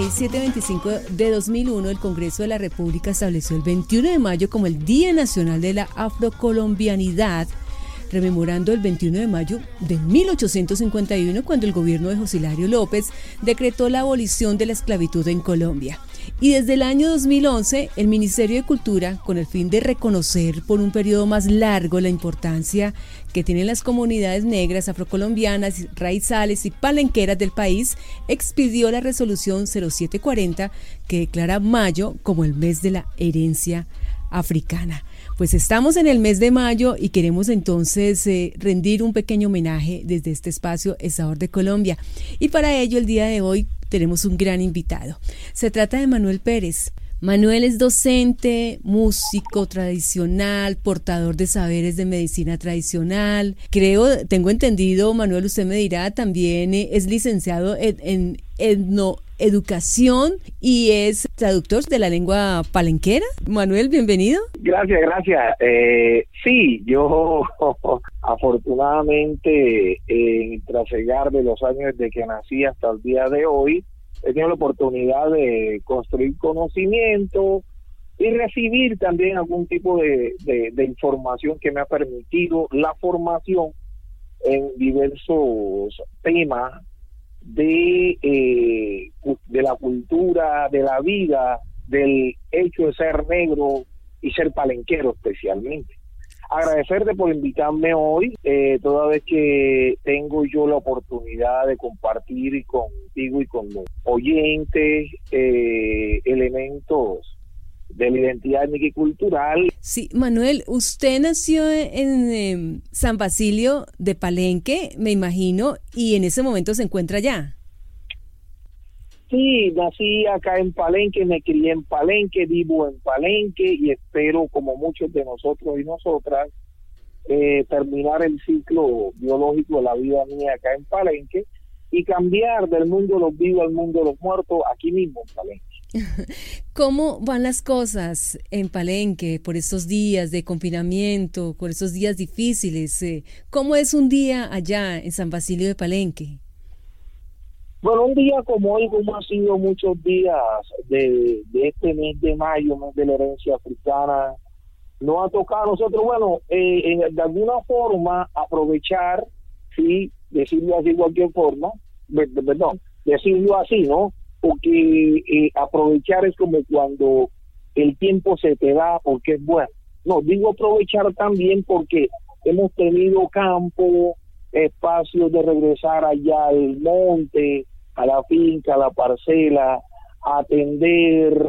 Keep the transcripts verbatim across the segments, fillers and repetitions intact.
Ley setecientos veinticinco de dos mil uno, el Congreso de la República estableció el veintiuno de mayo como el Día Nacional de la Afrocolombianidad, rememorando el veintiuno de mayo de mil ochocientos cincuenta y uno, cuando el gobierno de José Hilario López decretó la abolición de la esclavitud en Colombia. Y desde el año dos mil once, el Ministerio de Cultura, con el fin de reconocer por un periodo más largo la importancia que tienen las comunidades negras, afrocolombianas, raizales y palenqueras del país, expidió la resolución cero siete cuarenta, que declara mayo como el mes de la herencia africana. Pues estamos en el mes de mayo y queremos entonces eh, rendir un pequeño homenaje desde este espacio El Sabor de Colombia. Y para ello, el día de hoy tenemos un gran invitado. Se trata de Manuel Pérez. Manuel es docente, músico tradicional, portador de saberes de medicina tradicional. Creo, tengo entendido, Manuel, usted me dirá, también es licenciado en, en etnoeducación y es traductor de la lengua palenquera. Manuel, bienvenido. Gracias, gracias. Eh, sí, yo afortunadamente, eh, tras llegar de los años desde que nací hasta el día de hoy, he tenido la oportunidad de construir conocimiento y recibir también algún tipo de, de, de información que me ha permitido la formación en diversos temas de, eh, de la cultura, de la vida, del hecho de ser negro y ser palenquero especialmente. Agradecerte por invitarme hoy, eh, toda vez que tengo yo la oportunidad de compartir contigo y con los oyentes eh, elementos de la identidad étnica y cultural. Sí, Manuel, usted nació en eh, San Basilio de Palenque, me imagino, y en ese momento se encuentra allá. Sí, nací acá en Palenque, me crié en Palenque, vivo en Palenque y espero, como muchos de nosotros y nosotras, eh, terminar el ciclo biológico de la vida mía acá en Palenque y cambiar del mundo de los vivos al mundo de los muertos aquí mismo en Palenque. ¿Cómo van las cosas en Palenque por estos días de confinamiento, por estos días difíciles? ¿Cómo es un día allá en San Basilio de Palenque? Bueno, un día como hoy, como han sido muchos días de, de este mes de mayo, mes de la herencia africana, nos ha tocado a nosotros, bueno, eh, en, de alguna forma aprovechar, sí, decirlo así de cualquier forma, perdón, decirlo así, ¿no? Porque eh, aprovechar es como cuando el tiempo se te da porque es bueno. No, digo aprovechar también porque hemos tenido campo, espacios de regresar allá al monte, a la finca, a la parcela, a atender,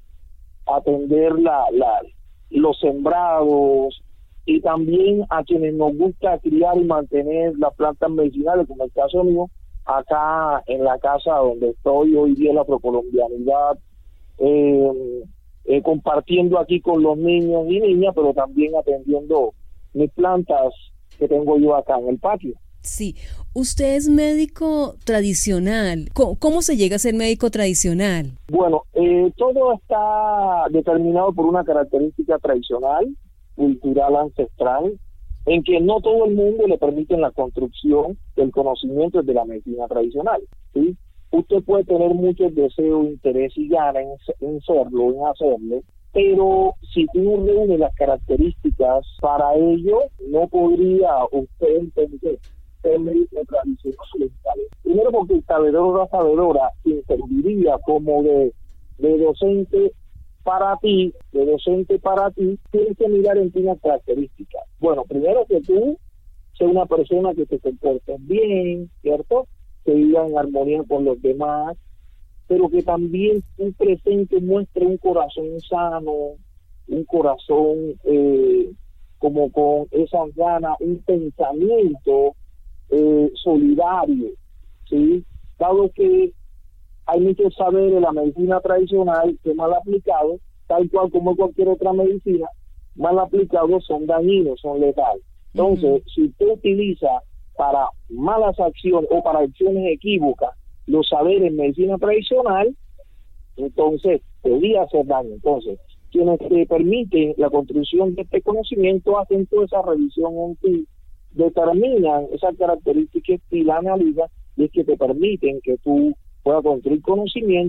atender la, la, los sembrados y también a quienes nos gusta criar y mantener las plantas medicinales, como el caso mío, acá en la casa donde estoy hoy día, la afrocolombianidad, eh, eh, compartiendo aquí con los niños y niñas, pero también atendiendo mis plantas que tengo yo acá en el patio. Sí, usted es médico tradicional. ¿Cómo, cómo se llega a ser médico tradicional? Bueno, eh, todo está determinado por una característica tradicional, cultural, ancestral, en que no todo el mundo le permiten la construcción del conocimiento de la medicina tradicional, ¿sí? Usted puede tener muchos deseos, interés y ganas en, en serlo, en hacerlo, pero si tú no reúnes las características para ello, no podría usted entender el médico tradicional. Primero porque el sabedor o la sabedora serviría como de, de docente para ti, de docente para ti, tienes que mirar en ti unas características. Bueno, primero que tú seas una persona que te comportes bien, ¿cierto? Que viva en armonía con los demás, pero que también tu presente muestre un corazón sano, un corazón eh, como con esas ganas, un pensamiento eh, solidario, ¿sí? Dado que hay muchos saberes de la medicina tradicional que mal aplicados, tal cual como cualquier otra medicina, mal aplicados son dañinos, son letales. Entonces, uh-huh. si usted utiliza para malas acciones o para acciones equívocas los saberes en medicina tradicional, entonces podría hacer daño. Entonces, quienes te permiten la construcción de este conocimiento hacen toda esa revisión en ti, determinan esas características y la analizan, y es que te permiten que tú puedas construir conocimiento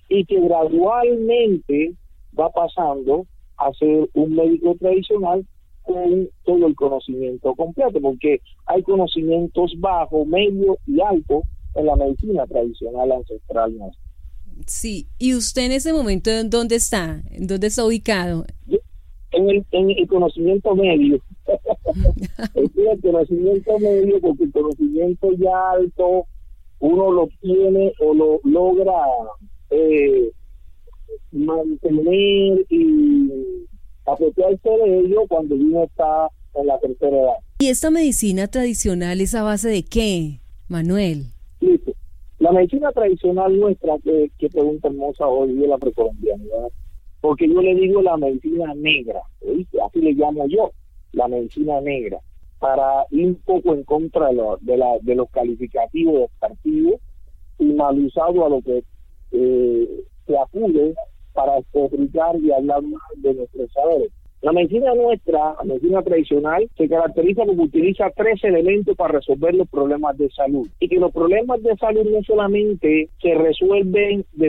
y que gradualmente va pasando a ser un médico tradicional con todo el conocimiento completo, porque hay conocimientos bajos, medios y altos en la medicina tradicional ancestral nuestra. Sí, ¿y usted en ese momento en dónde está? ¿En dónde está ubicado? Yo, en, el, en el conocimiento medio. Estoy en el conocimiento medio porque el conocimiento ya alto uno lo tiene o lo logra eh, mantener y apropiarse de ello cuando uno está en la tercera edad. ¿Y esta medicina tradicional es a base de qué, Manuel? Listo. La medicina tradicional nuestra, que, que pregunta hermosa hoy es la precolombianidad, porque yo le digo la medicina negra, ¿oíste? Así le llamo yo, la medicina negra, para ir un poco en contra de, lo, de, la, de los calificativos descartivos y mal usado a lo que eh, se acude para explicar y hablar más de nuestros saberes. La medicina nuestra, la medicina tradicional, se caracteriza porque utiliza tres elementos para resolver los problemas de salud. Y que los problemas de salud no solamente se resuelven de,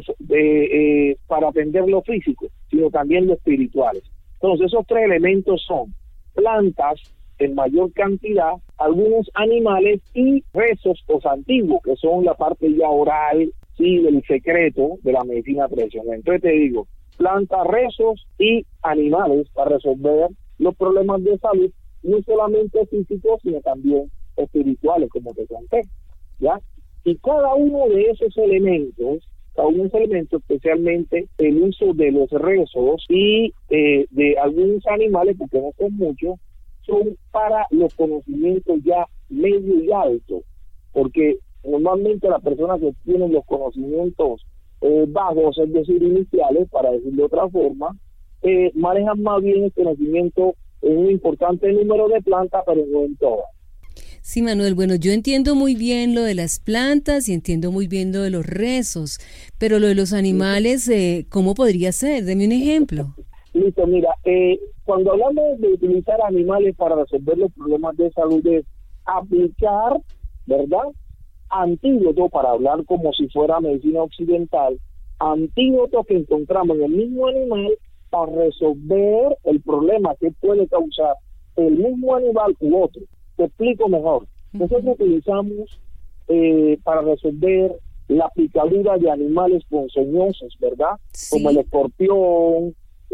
de, eh, para atender lo físico, sino también lo espirituales. Entonces, esos tres elementos son plantas en mayor cantidad, algunos animales y rezos o antiguos, que son la parte ya oral, sí, del secreto de la medicina tradicional. Entonces te digo, plantas, rezos y animales para resolver los problemas de salud, no solamente físicos, sino también espirituales, como te conté, ¿ya? Y cada uno de esos elementos, cada uno de esos elementos, especialmente el uso de los rezos y eh, de algunos animales, porque no son muchos, son para los conocimientos ya medio y alto, porque normalmente las personas que tienen los conocimientos eh, bajos, es decir, iniciales, para decirlo de otra forma, eh, manejan más bien el conocimiento en un importante número de plantas, pero no en todas. Sí, Manuel, bueno, yo entiendo muy bien lo de las plantas y entiendo muy bien lo de los rezos, pero lo de los animales, eh, ¿cómo podría ser? Deme un ejemplo. Listo, mira, eh, cuando hablamos de utilizar animales para resolver los problemas de salud, es aplicar, ¿verdad?, antídotos, para hablar como si fuera medicina occidental, antídotos que encontramos en el mismo animal para resolver el problema que puede causar el mismo animal u otro. Te explico mejor. Nosotros uh-huh. utilizamos eh, para resolver la picadura de animales ponzoñosos, ¿verdad? Sí. Como el escorpión,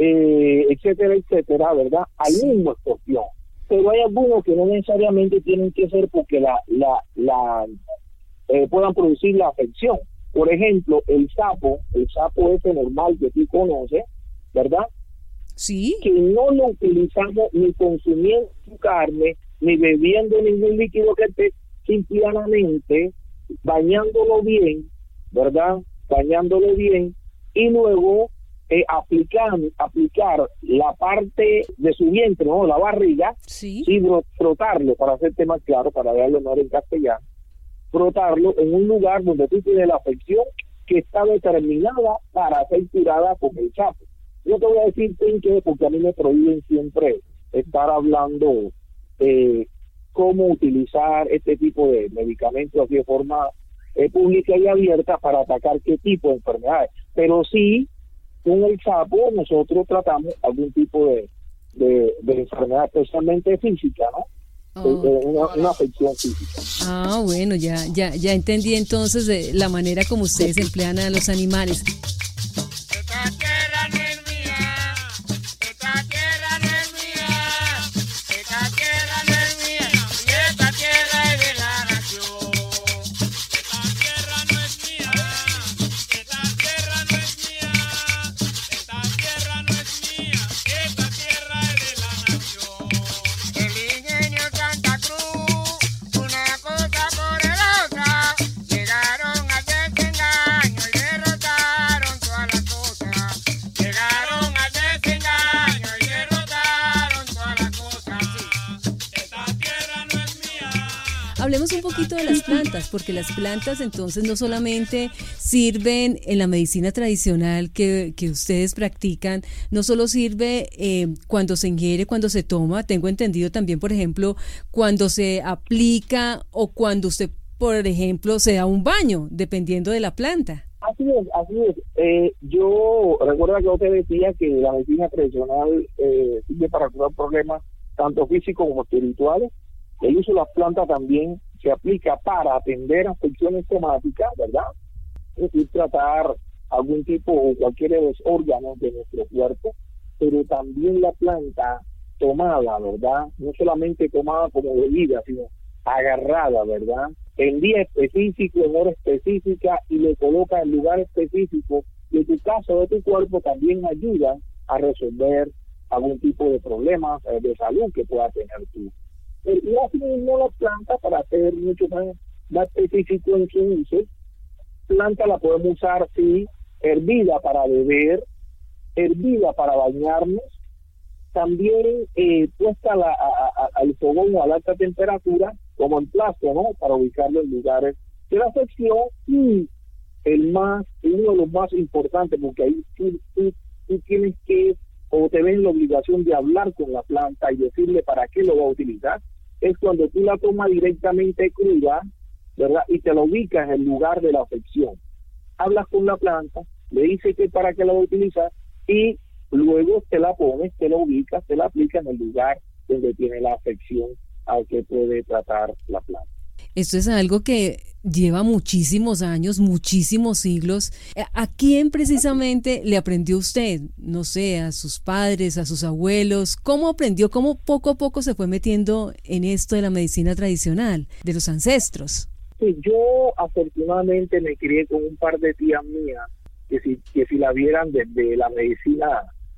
eh, etcétera, etcétera, ¿verdad? Al sí. mismo escorpión. Pero hay algunos que no necesariamente tienen que ser porque la, la, la eh, puedan producir la afección. Por ejemplo, el sapo, el sapo ese normal que tú conoces, ¿verdad? Sí. Que no lo utilizamos ni consumiendo su carne, ni bebiendo ningún líquido que esté, simplemente bañándolo bien, ¿verdad? Bañándolo bien y luego eh, aplicar, aplicar la parte de su vientre, ¿no? La barriga, sí. y frotarlo, para hacerte más claro, para darle honor en castellano, frotarlo en un lugar donde tú tienes la afección que está determinada para ser curada con el sapo. Yo te voy a decir en qué, porque a mí me prohíben siempre estar hablando eh, cómo utilizar este tipo de medicamentos así de forma eh, pública y abierta para atacar qué tipo de enfermedades. Pero sí, con el sapo nosotros tratamos algún tipo de, de, de enfermedad, especialmente física, ¿no? Oh. Una, una afección física. Ah, bueno, ya, ya, ya entendí entonces de la manera como ustedes emplean a los animales. Hablemos un poquito de las plantas, porque las plantas entonces no solamente sirven en la medicina tradicional que, que ustedes practican, no solo sirve eh, cuando se ingiere, cuando se toma, tengo entendido también, por ejemplo, cuando se aplica o cuando usted, por ejemplo, se da un baño, dependiendo de la planta. Así es, así es. Eh, yo recuerda que yo te decía que la medicina tradicional eh, sirve para curar problemas tanto físicos como espirituales. El uso de las plantas también se aplica para atender afecciones somáticas, ¿verdad? Es decir, tratar algún tipo o cualquiera de los órganos de nuestro cuerpo, pero también la planta tomada, ¿verdad? No solamente tomada como bebida, sino agarrada, ¿verdad? En día específico, en hora específica, y le coloca en lugar específico de tu casa o de tu cuerpo, también ayuda a resolver algún tipo de problemas eh, de salud que pueda tener tú. Eh, y así mismo la planta, para ser mucho más, más específico en su uso, planta la podemos usar, sí, hervida para beber, hervida para bañarnos, también eh, puesta la, a, a, al fogón a alta temperatura, como en plasto, ¿no? Para ubicarlo en lugares de la afección, y el más, uno de los más importantes, porque ahí tú, tú, tú tienes que, o te ves la obligación de hablar con la planta y decirle para qué lo va a utilizar, es cuando tú la tomas directamente cruda, ¿verdad? Y te la ubicas en el lugar de la afección. Hablas con la planta, le dices que para qué la va a utilizar, y luego te la pones, te la ubicas, te la aplicas en el lugar donde tiene la afección al que puede tratar la planta. Esto es algo que lleva muchísimos años, muchísimos siglos. ¿A quién precisamente le aprendió usted? No sé, a sus padres, a sus abuelos. ¿Cómo aprendió? ¿Cómo poco a poco se fue metiendo en esto de la medicina tradicional, de los ancestros? Sí, yo afortunadamente me crié con un par de tías mías que si, que si la vieran desde la medicina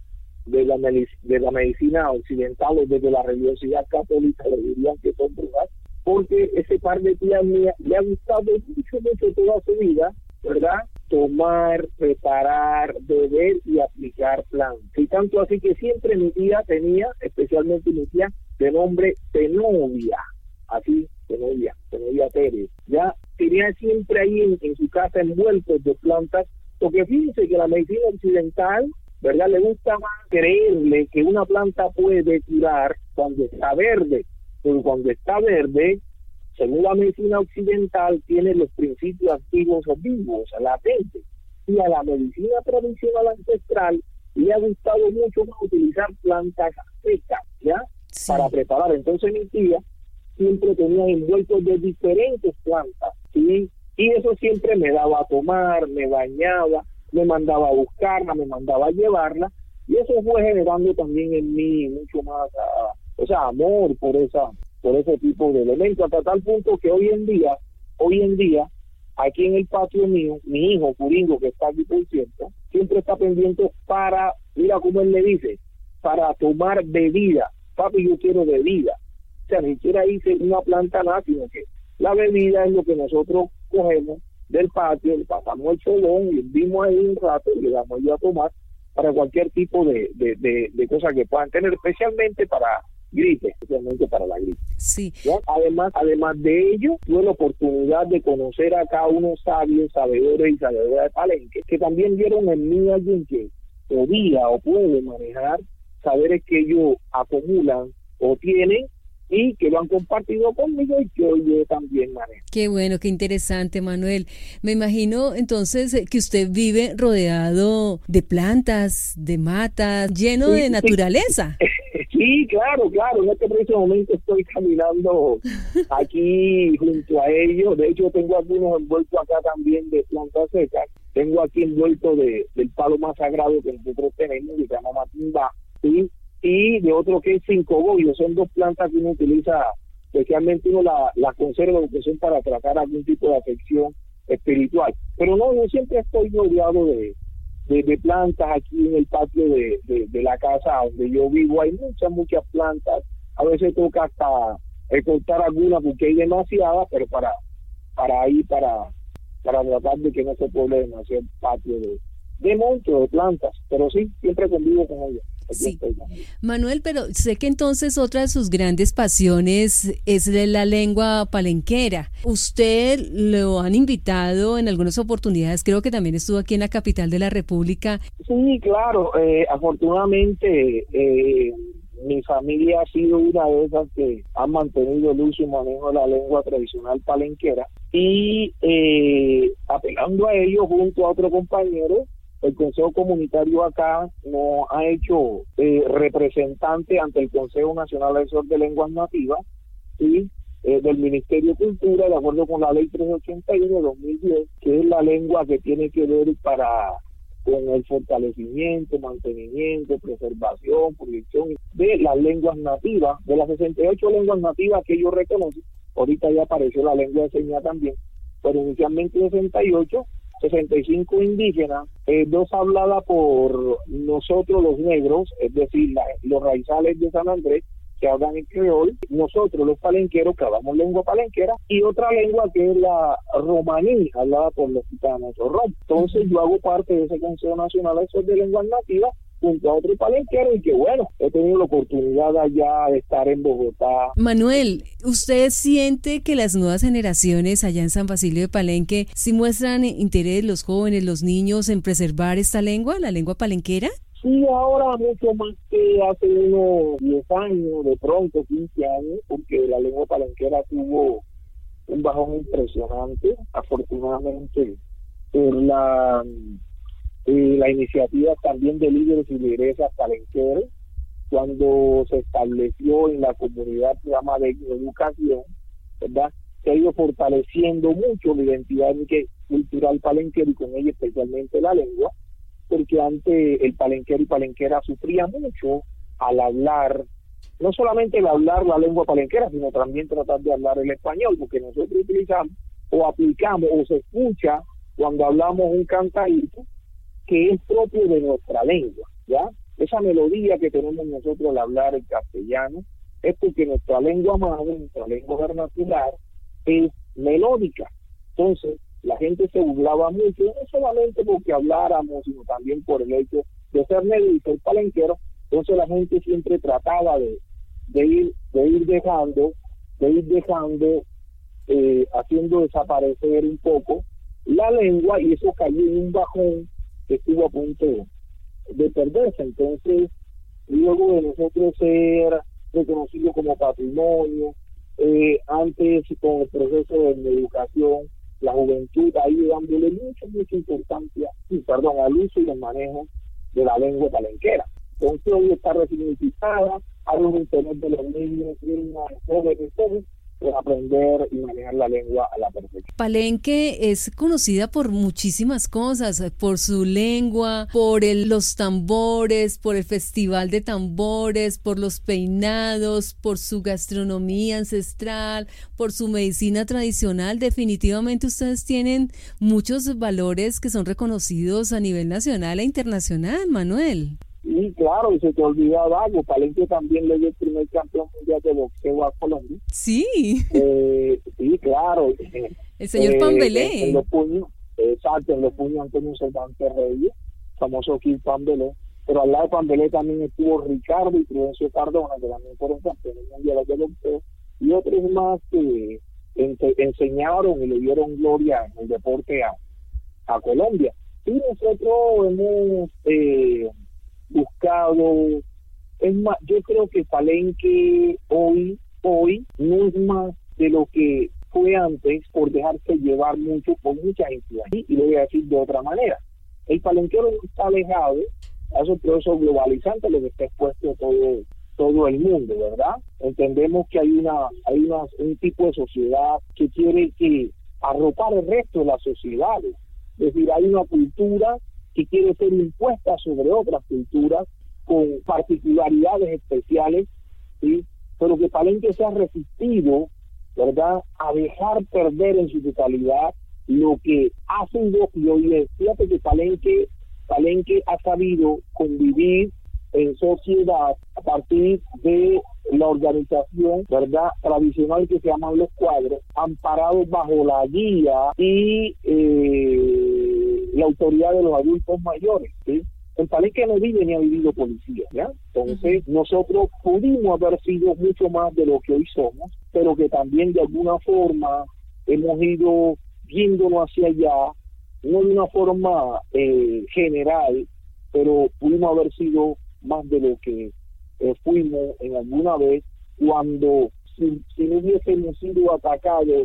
de la, de la medicina occidental o desde la religiosidad católica, le dirían que son brujas, porque ese par de tías mías le ha gustado mucho, mucho toda su vida, ¿verdad? Tomar, preparar, beber y aplicar plantas. Y tanto así que siempre mi tía tenía, especialmente mi tía, de nombre Zenobia, así, Zenobia, Zenobia Pérez, ya tenía siempre ahí en, en su casa envueltos de plantas, porque fíjense que la medicina occidental, ¿verdad? Le gusta más creerle que una planta puede curar cuando está verde, pero cuando está verde, según la medicina occidental, tiene los principios activos vivos, latentes. Y a la medicina tradicional ancestral le ha gustado mucho más utilizar plantas secas, ¿ya? Sí. Para preparar. Entonces mi tía siempre tenía envueltos de diferentes plantas, ¿sí? Y eso siempre me daba a tomar, me bañaba, me mandaba a buscarla, me mandaba a llevarla, y eso fue generando también en mí mucho más, uh, o sea, amor por esa, por ese tipo de elementos, hasta tal punto que hoy en día, hoy en día, aquí en el patio mío, mi hijo Curingo, que está aquí por cierto, siempre está pendiente para, mira cómo él le dice, para tomar bebida. Papi, yo quiero bebida. O sea, ni siquiera hice una planta nada, sino que la bebida es lo que nosotros cogemos del patio, le pasamos el cholón y vimos ahí un rato y le damos yo a tomar para cualquier tipo de, de, de, de cosas que puedan tener, especialmente para gripe, especialmente para la gripe. Sí. ¿Ya? Además, además de ello, tuve la oportunidad de conocer acá unos sabios, sabedores y sabedoras de Palenque, que también vieron en mí alguien que podía o puede manejar saberes que ellos acumulan o tienen y que lo han compartido conmigo y que hoy yo también manejo. Qué bueno, qué interesante, Manuel. Me imagino entonces que usted vive rodeado de plantas, de matas, lleno sí, de naturaleza. Sí. Sí, claro, claro. En este preciso momento estoy caminando aquí junto a ellos. De hecho, tengo algunos envueltos acá también de plantas secas. Tengo aquí envuelto de, del palo más sagrado que nosotros tenemos, que se llama matimba, ¿sí? Y de otro que es cinco bollos. Son dos plantas que uno utiliza, especialmente uno la, la conserva porque son para tratar algún tipo de afección espiritual. Pero no, yo siempre estoy rodeado de De, de plantas aquí en el patio de, de, de la casa donde yo vivo. Hay muchas, muchas plantas. A veces toca hasta eh, cortar algunas porque hay demasiadas, pero para para ir para para tratar de que no se puebla demasiado el patio de, de monstruos, de plantas. Pero sí, siempre convivo con ellas. Sí. Manuel, pero sé que entonces otra de sus grandes pasiones es la lengua palenquera. Usted lo han invitado en algunas oportunidades, creo que también estuvo aquí en la capital de la República. Sí, claro, eh, afortunadamente eh, mi familia ha sido una de esas que ha mantenido el uso y manejo de la lengua tradicional palenquera, y eh, apelando a ello junto a otro compañero, el Consejo Comunitario acá nos ha hecho eh, representante ante el Consejo Nacional Asesor de Lenguas Nativas, ¿sí? eh, del Ministerio de Cultura, de acuerdo con la Ley trescientos ochenta y uno de dos mil diez, que es la lengua que tiene que ver para con el fortalecimiento, mantenimiento, preservación, proyección de las lenguas nativas, de las sesenta y ocho lenguas nativas que yo reconozco. Ahorita ya apareció la lengua de señas también, pero inicialmente sesenta y ocho, sesenta y cinco indígenas, eh, dos habladas por nosotros los negros, es decir, la, los raizales de San Andrés, que hablan en creol, nosotros los palenqueros que hablamos lengua palenquera, y otra lengua que es la romaní, hablada por los gitanos o rom. Entonces yo hago parte de ese Consejo Nacional Asesor de Lenguas Nativas junto a otro palenquero, y que bueno, he tenido la oportunidad allá de estar en Bogotá. Manuel, ¿usted siente que las nuevas generaciones allá en San Basilio de Palenque sí muestran interés, los jóvenes, los niños, en preservar esta lengua, la lengua palenquera? Sí, ahora mucho más que hace unos diez años, de pronto quince años, porque la lengua palenquera tuvo un bajón impresionante. Afortunadamente, por la, eh, la iniciativa también de líderes y lideresas palenqueros, cuando se estableció en la comunidad el programa de educación, ¿verdad?, se ha ido fortaleciendo mucho la identidad cultural palenquera y con ella especialmente la lengua, porque antes el palenquero y palenquera sufría mucho al hablar, no solamente el hablar la lengua palenquera, sino también tratar de hablar el español, porque nosotros utilizamos o aplicamos o se escucha cuando hablamos un cantadito que es propio de nuestra lengua, ¿ya? Esa melodía que tenemos nosotros al hablar el castellano es porque nuestra lengua madre, nuestra lengua vernacular es melódica. Entonces, la gente se burlaba mucho, no solamente porque habláramos, sino también por el hecho de ser negro y ser palenquero. Entonces la gente siempre trataba de, de ir de ir dejando, de ir dejando, eh, haciendo desaparecer un poco la lengua, y eso cayó en un bajón que estuvo a punto de perderse. Entonces, luego de nosotros ser reconocidos como patrimonio, eh, antes con el proceso de educación, la juventud ha ido dándole mucha, mucha importancia, sí, perdón, al uso y al manejo de la lengua palenquera. Entonces hoy está resignificada, hay un interés de los niños, niñas, jóvenes, jóvenes, por aprender y manejar la lengua a la perfección. Palenque es conocida por muchísimas cosas, por su lengua, por el, los tambores, por el festival de tambores, por los peinados, por su gastronomía ancestral, por su medicina tradicional. Definitivamente ustedes tienen muchos valores que son reconocidos a nivel nacional e internacional, Manuel. Y claro, y se te olvidaba algo, Palenque también le dio el primer campeón mundial de boxeo a Colombia. Sí. Eh, sí, claro. El señor eh, Pambelé. En, en los puños, exacto, en los puños Antonio Cervantes Reyes, famoso Kid Pambelé. Pero al lado de Pambelé también estuvo Ricardo y Prudencio Cardona, que también fueron campeones mundiales de boxeo, y otros más que en, enseñaron y le dieron gloria en el deporte a, a Colombia. Y nosotros hemos... Eh, buscado, es más, yo creo que Palenque hoy, hoy no es más de lo que fue antes por dejarse llevar mucho por muchas influencias. Y lo voy a decir de otra manera, el palenquero no está alejado a esos procesos globalizantes, lo que está expuesto todo, todo el mundo, ¿verdad? Entendemos que hay una, hay una, un tipo de sociedad que quiere que arropar el resto de las sociedades, es decir, hay una cultura que quiere ser impuesta sobre otras culturas con particularidades especiales, ¿sí? Pero que Palenque se ha resistido, ¿verdad?, a dejar perder en su totalidad lo que ha sido, y hoy es, fíjate que Palenque, Palenque ha sabido convivir en sociedad a partir de la organización, ¿verdad?, tradicional que se llaman los cuadros, amparados bajo la guía y eh, la autoridad de los adultos mayores, ¿sí? En Palenque no vive ni ha vivido policía, ¿ya? Entonces, uh-huh. nosotros pudimos haber sido mucho más de lo que hoy somos, pero que también de alguna forma hemos ido viéndonos hacia allá, no de una forma eh, general, pero pudimos haber sido más de lo que eh, fuimos en alguna vez, cuando si, si no hubiésemos sido atacados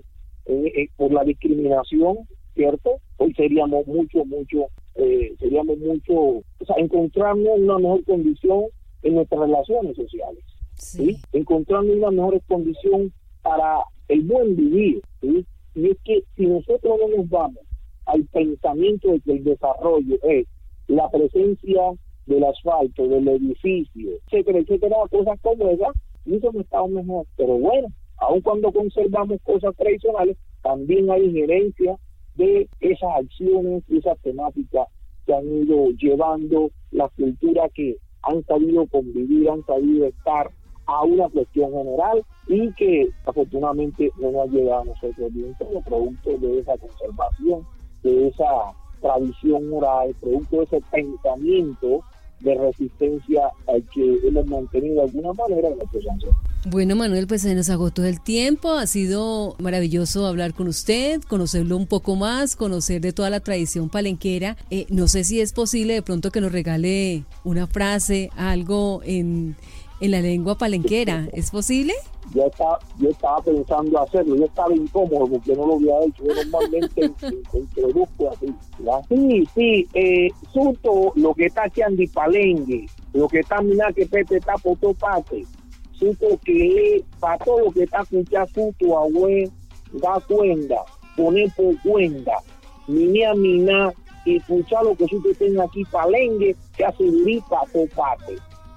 eh, eh, por la discriminación, ¿cierto? Hoy seríamos mucho, mucho, eh, seríamos mucho, o sea, encontrarnos una mejor condición en nuestras relaciones sociales, ¿sí? ¿sí? Encontrando una mejor condición para el buen vivir, ¿sí? Y es que si nosotros no nos vamos al pensamiento de que el desarrollo es la presencia del asfalto, del edificio, etcétera, etcétera, cosas como esas, y eso no está mejor. Pero bueno, aun cuando conservamos cosas tradicionales, también hay injerencia de esas acciones y esas temáticas que han ido llevando la cultura, que han sabido convivir, han sabido estar a una cuestión general, y que afortunadamente no nos ha llegado a nosotros bien, como producto de esa conservación, de esa tradición oral, producto de ese pensamiento de resistencia al que hemos mantenido de alguna manera en nuestros ancestros. Bueno, Manuel, pues se nos agotó el tiempo. Ha sido maravilloso hablar con usted, conocerlo un poco más, conocer de toda la tradición palenquera. Eh, no sé si es posible de pronto que nos regale una frase, algo en, en la lengua palenquera. ¿Es posible? Yo estaba, yo estaba pensando hacerlo, yo estaba incómodo porque no lo había hecho. Yo normalmente introduzco así. ¿verdad? Sí, sí, eh, suto lo que está echando y palengue, lo que está mina que pepe está por todo parte. Suto que para todo lo que está escuchando suto abue, da cuenta, poner por cuenta, minia mina, y escuchar lo que suto tenga aquí palengue, que hace durí para todo parte.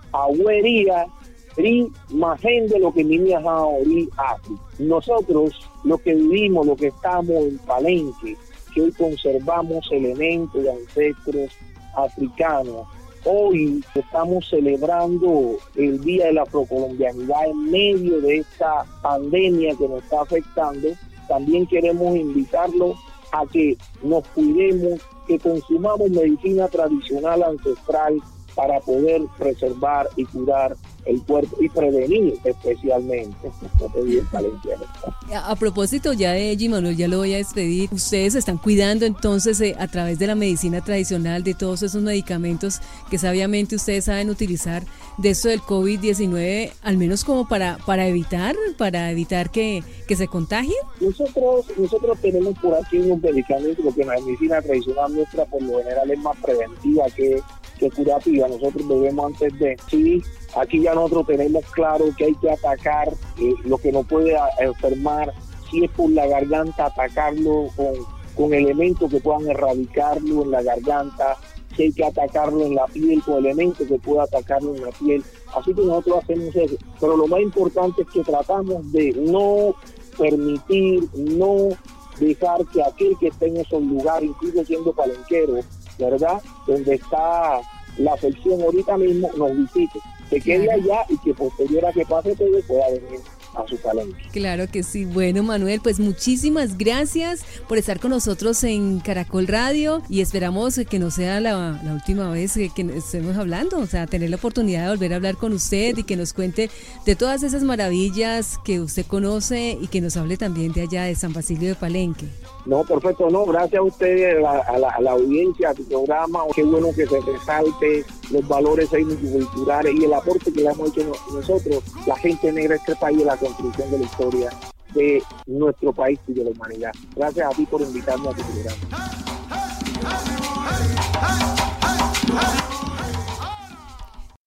Abuería, y más gente lo que niñas ahora hace. Nosotros, los que vivimos, los que estamos en Palenque, que hoy conservamos elementos de ancestros africanos, hoy estamos celebrando el Día de la Afrocolombianidad en medio de esta pandemia que nos está afectando. También queremos invitarlos a que nos cuidemos, que consumamos medicina tradicional ancestral para poder preservar y curar el cuerpo y prevenir especialmente. A, a propósito ya de G. Manuel, ya lo voy a despedir. Ustedes se están cuidando entonces eh, a través de la medicina tradicional, de todos esos medicamentos que sabiamente ustedes saben utilizar de esto del COVID diecinueve, al menos como para para evitar, para evitar que, que se contagien. Nosotros, nosotros tenemos por aquí unos medicamentos, porque la medicina tradicional nuestra por lo general es más preventiva que que curativa. Nosotros debemos antes de, sí, aquí ya nosotros tenemos claro que hay que atacar eh, lo que nos puede enfermar. Si es por la garganta, atacarlo con, con elementos que puedan erradicarlo en la garganta. Si hay que atacarlo en la piel, con elementos que puedan atacarlo en la piel. Así que nosotros hacemos eso. Pero lo más importante es que tratamos de no permitir, no dejar que aquel que esté en esos lugares, incluso siendo palenquero, ¿verdad?, donde está la afección ahorita mismo, nos visite, que quede allá y que posterior a que pase todo pueda venir a su Palenque. Claro que sí. Bueno, Manuel, pues muchísimas gracias por estar con nosotros en Caracol Radio, y esperamos que no sea la, la última vez que, que estemos hablando, o sea, tener la oportunidad de volver a hablar con usted y que nos cuente de todas esas maravillas que usted conoce y que nos hable también de allá de San Basilio de Palenque. No, perfecto, no, gracias a ustedes, a la, a la, a la audiencia, a tu programa. Qué bueno que se resalte los valores étnico-culturales y el aporte que le hemos hecho nosotros, la gente negra de este país, a la construcción de la historia de nuestro país y de la humanidad. Gracias a ti por invitarme a tu programa.